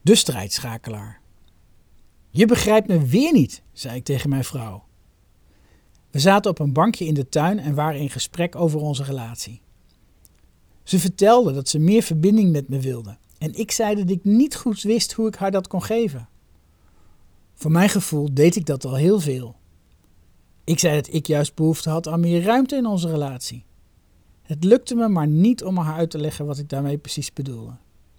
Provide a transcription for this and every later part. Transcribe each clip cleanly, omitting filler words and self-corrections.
De strijdschakelaar. Je begrijpt me weer niet, zei ik tegen mijn vrouw. We zaten op een bankje in de tuin en waren in gesprek over onze relatie. Ze vertelde dat ze meer verbinding met me wilde en ik zei dat ik niet goed wist hoe ik haar dat kon geven. Voor mijn gevoel deed ik dat al heel veel. Ik zei dat ik juist behoefte had aan meer ruimte in onze relatie. Het lukte me maar niet om haar uit te leggen wat ik daarmee precies bedoelde.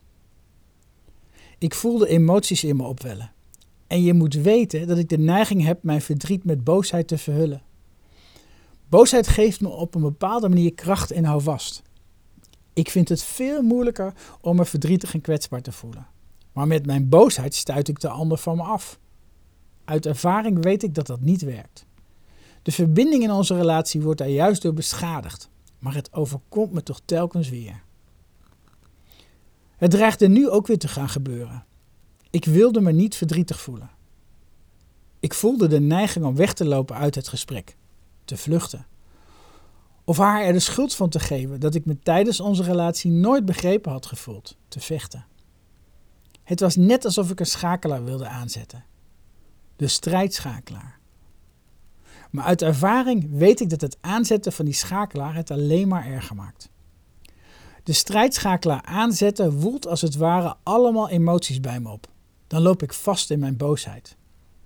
Ik voelde emoties in me opwellen. En je moet weten dat ik de neiging heb mijn verdriet met boosheid te verhullen. Boosheid geeft me op een bepaalde manier kracht en houvast. Ik vind het veel moeilijker om me verdrietig en kwetsbaar te voelen. Maar met mijn boosheid stuit ik de ander van me af. Uit ervaring weet ik dat dat niet werkt. De verbinding in onze relatie wordt daar juist door beschadigd. Maar het overkomt me toch telkens weer. Het dreigde nu ook weer te gaan gebeuren. Ik wilde me niet verdrietig voelen. Ik voelde de neiging om weg te lopen uit het gesprek. Te vluchten. Of haar er de schuld van te geven dat ik me tijdens onze relatie nooit begrepen had gevoeld. Te vechten. Het was net alsof ik een schakelaar wilde aanzetten. De strijdschakelaar. Maar uit ervaring weet ik dat het aanzetten van die schakelaar het alleen maar erger maakt. De strijdschakelaar aanzetten woelt als het ware allemaal emoties bij me op. Dan loop ik vast in mijn boosheid.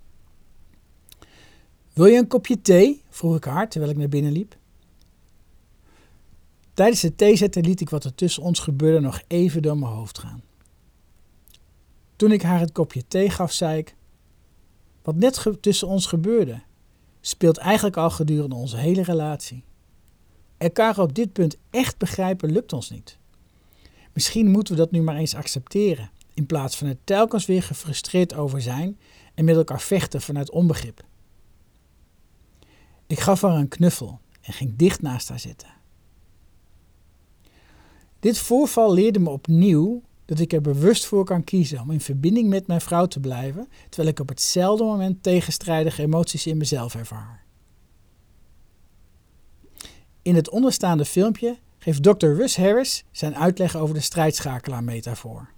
Wil je een kopje thee? Vroeg ik haar terwijl ik naar binnen liep. Tijdens het theezetten liet ik wat er tussen ons gebeurde nog even door mijn hoofd gaan. Toen ik haar het kopje thee gaf, zei ik: wat net tussen ons gebeurde, speelt eigenlijk al gedurende onze hele relatie. Elkaar op dit punt echt begrijpen lukt ons niet. Misschien moeten we dat nu maar eens accepteren, in plaats van er telkens weer gefrustreerd over zijn en met elkaar vechten vanuit onbegrip. Ik gaf haar een knuffel en ging dicht naast haar zitten. Dit voorval leerde me opnieuw dat ik er bewust voor kan kiezen om in verbinding met mijn vrouw te blijven, terwijl ik op hetzelfde moment tegenstrijdige emoties in mezelf ervaar. In het onderstaande filmpje geeft Dr. Russ Harris zijn uitleg over de strijdschakelaar-metafoor.